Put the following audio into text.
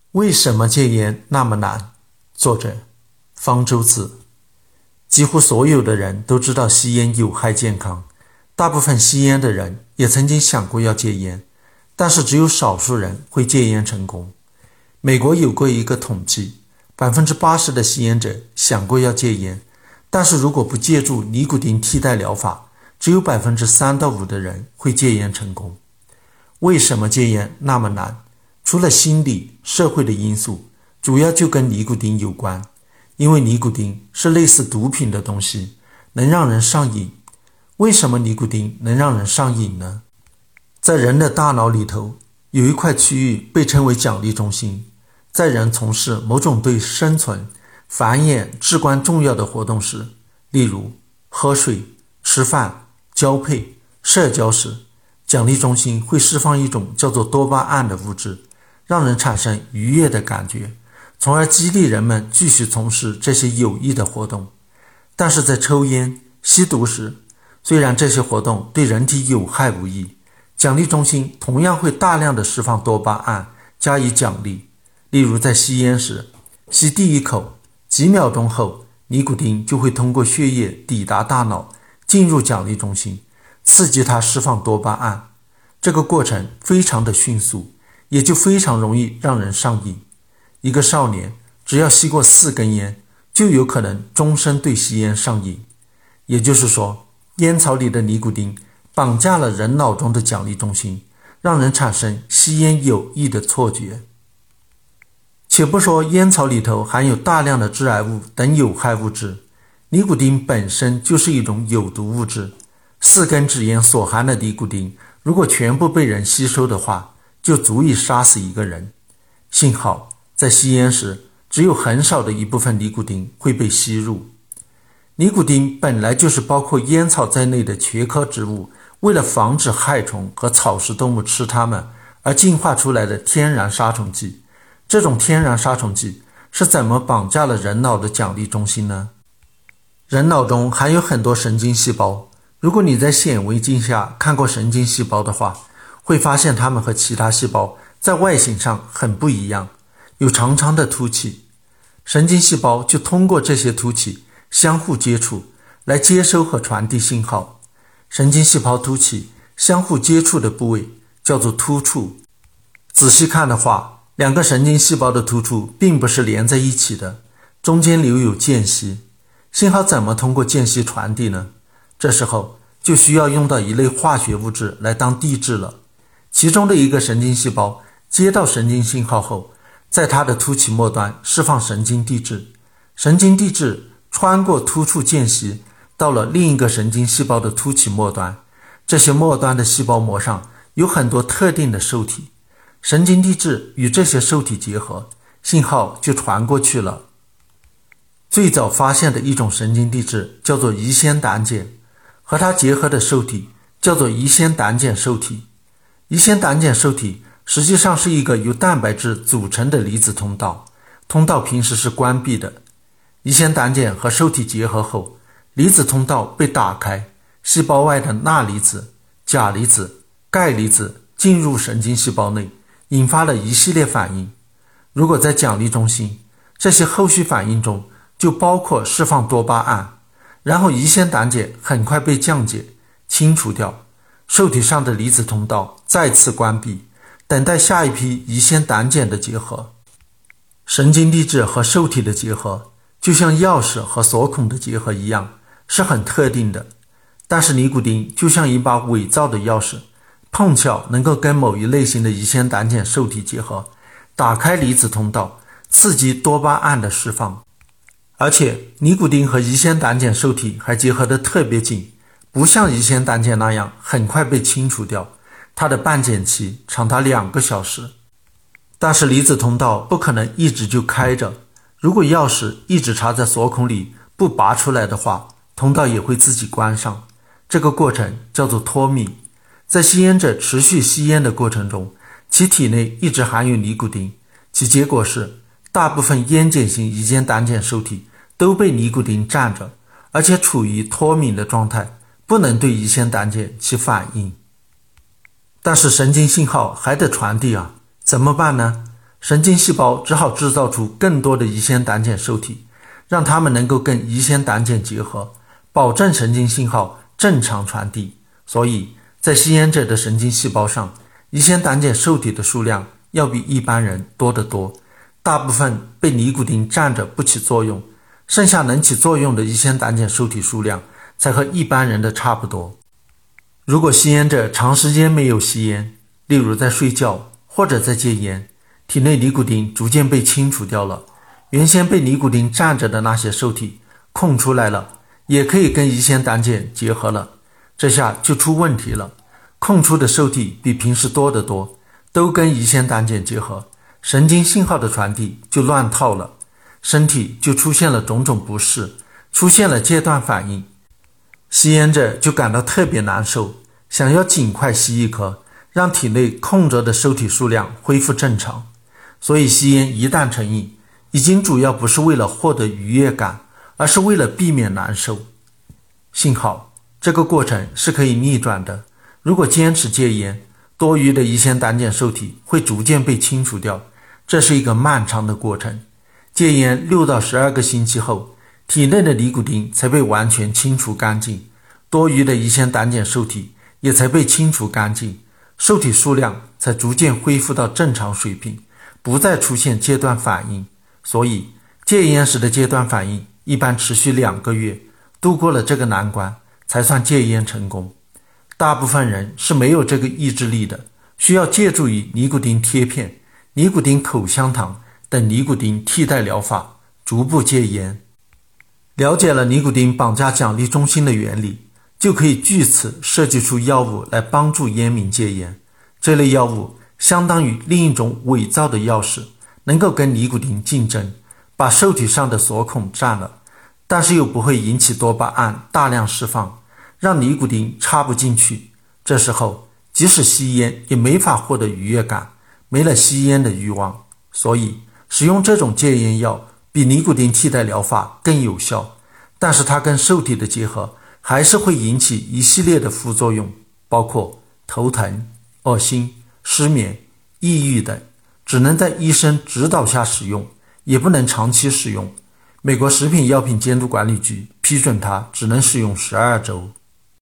为什么戒烟那么难？作者方舟子。几乎所有的人都知道吸烟有害健康，大部分吸烟的人也曾经想过要戒烟，但是只有少数人会戒烟成功。美国有过一个统计， 80% 的吸烟者想过要戒烟，但是如果不借助尼古丁替代疗法，只有 3到5% 的人会戒烟成功。为什么戒烟那么难？除了心理、社会的因素，主要就跟尼古丁有关。因为尼古丁是类似毒品的东西，能让人上瘾。为什么尼古丁能让人上瘾呢？在人的大脑里头，有一块区域被称为奖励中心。在人从事某种对生存、繁衍至关重要的活动时，例如喝水、吃饭、交配、社交时，奖励中心会释放一种叫做多巴胺的物质，让人产生愉悦的感觉，从而激励人们继续从事这些有益的活动。但是在抽烟、吸毒时，虽然这些活动对人体有害无益，奖励中心同样会大量的释放多巴胺加以奖励。例如在吸烟时，吸第一口，几秒钟后，尼古丁就会通过血液抵达大脑，进入奖励中心，刺激它释放多巴胺。这个过程非常的迅速，也就非常容易让人上瘾。一个少年只要吸过4根烟，就有可能终身对吸烟上瘾。也就是说，烟草里的尼古丁绑架了人脑中的奖励中心，让人产生吸烟有益的错觉。且不说烟草里头含有大量的致癌物等有害物质，尼古丁本身就是一种有毒物质。4根纸烟所含的尼古丁，如果全部被人吸收的话，就足以杀死一个人。幸好在吸烟时，只有很少的一部分尼古丁会被吸入。尼古丁本来就是包括烟草在内的茄科植物为了防止害虫和草食动物吃它们而进化出来的天然杀虫剂。这种天然杀虫剂是怎么绑架了人脑的奖励中心呢？人脑中含有很多神经细胞，如果你在显微镜下看过神经细胞的话，会发现它们和其他细胞在外形上很不一样，有长长的凸起。神经细胞就通过这些凸起相互接触，来接收和传递信号。神经细胞凸起相互接触的部位叫做突触。仔细看的话，2个神经细胞的突触并不是连在一起的，中间留有间隙。信号怎么通过间隙传递呢？这时候就需要用到一类化学物质来当地质了。其中的一个神经细胞接到神经信号后，在它的突起末端释放神经递质，神经递质穿过突触间隙到了另一个神经细胞的突起末端，这些末端的细胞膜上有很多特定的受体，神经递质与这些受体结合，信号就传过去了。最早发现的一种神经递质叫做乙酰胆碱，和它结合的受体叫做乙酰胆碱受体。乙酰胆碱受体实际上是一个由蛋白质组成的离子通道，通道平时是关闭的。乙酰胆碱和受体结合后，离子通道被打开，细胞外的钠离子、钾离子、钙离子进入神经细胞内，引发了一系列反应。如果在奖励中心，这些后续反应中就包括释放多巴胺，然后乙酰胆碱很快被降解、清除掉，受体上的离子通道再次关闭，等待下一批乙酰胆碱的结合。神经递质和受体的结合，就像钥匙和锁孔的结合一样，是很特定的。但是尼古丁就像一把伪造的钥匙，碰巧能够跟某一类型的乙酰胆碱受体结合，打开离子通道，刺激多巴胺的释放。而且尼古丁和乙酰胆碱受体还结合得特别紧，不像乙酰胆碱那样很快被清除掉，它的半减期长达2个小时。但是离子通道不可能一直就开着，如果钥匙一直插在锁孔里不拔出来的话，通道也会自己关上。这个过程叫做脱敏。在吸烟者持续吸烟的过程中，其体内一直含有尼古丁，其结果是大部分烟碱型乙酰胆碱受体都被尼古丁占着，而且处于脱敏的状态，不能对乙酰胆碱起反应。但是神经信号还得传递啊，怎么办呢？ 神经细胞只好制造出更多的乙酰胆碱受体，让它们能够跟乙酰胆碱结合，保证神经信号正常传递。所以在吸烟者的神经细胞上，乙酰胆碱受体的数量要比一般人多得多，大部分被尼古丁占着不起作用，剩下能起作用的乙酰胆碱受体数量才和一般人的差不多。如果吸烟者长时间没有吸烟，例如在睡觉或者在戒烟，体内尼古丁逐渐被清除掉了，原先被尼古丁占着的那些受体空出来了，也可以跟乙酰胆碱结合了。这下就出问题了，空出的受体比平时多得多，都跟乙酰胆碱结合，神经信号的传递就乱套了，身体就出现了种种不适，出现了戒断反应。吸烟者就感到特别难受，想要尽快吸一颗，让体内空着的受体数量恢复正常。所以吸烟一旦成瘾，已经主要不是为了获得愉悦感，而是为了避免难受。幸好这个过程是可以逆转的，如果坚持戒烟，多余的乙酰胆碱受体会逐渐被清除掉，这是一个漫长的过程。戒烟6到12个星期后，体内的尼古丁才被完全清除干净，多余的乙酰胆碱受体也才被清除干净，受体数量才逐渐恢复到正常水平，不再出现戒断反应。所以戒烟时的戒断反应一般持续2个月，度过了这个难关才算戒烟成功。大部分人是没有这个意志力的，需要借助于尼古丁贴片、尼古丁口香糖等尼古丁替代疗法逐步戒烟。了解了尼古丁绑架奖励中心的原理，就可以据此设计出药物来帮助烟民戒烟。这类药物相当于另一种伪造的钥匙，能够跟尼古丁竞争，把受体上的锁孔占了，但是又不会引起多巴胺大量释放，让尼古丁插不进去。这时候即使吸烟也没法获得愉悦感，没了吸烟的欲望。所以使用这种戒烟药比尼古丁替代疗法更有效，但是它跟受体的结合还是会引起一系列的副作用，包括头疼、恶心、失眠、抑郁等，只能在医生指导下使用，也不能长期使用。美国食品药品监督管理局批准它只能使用12周。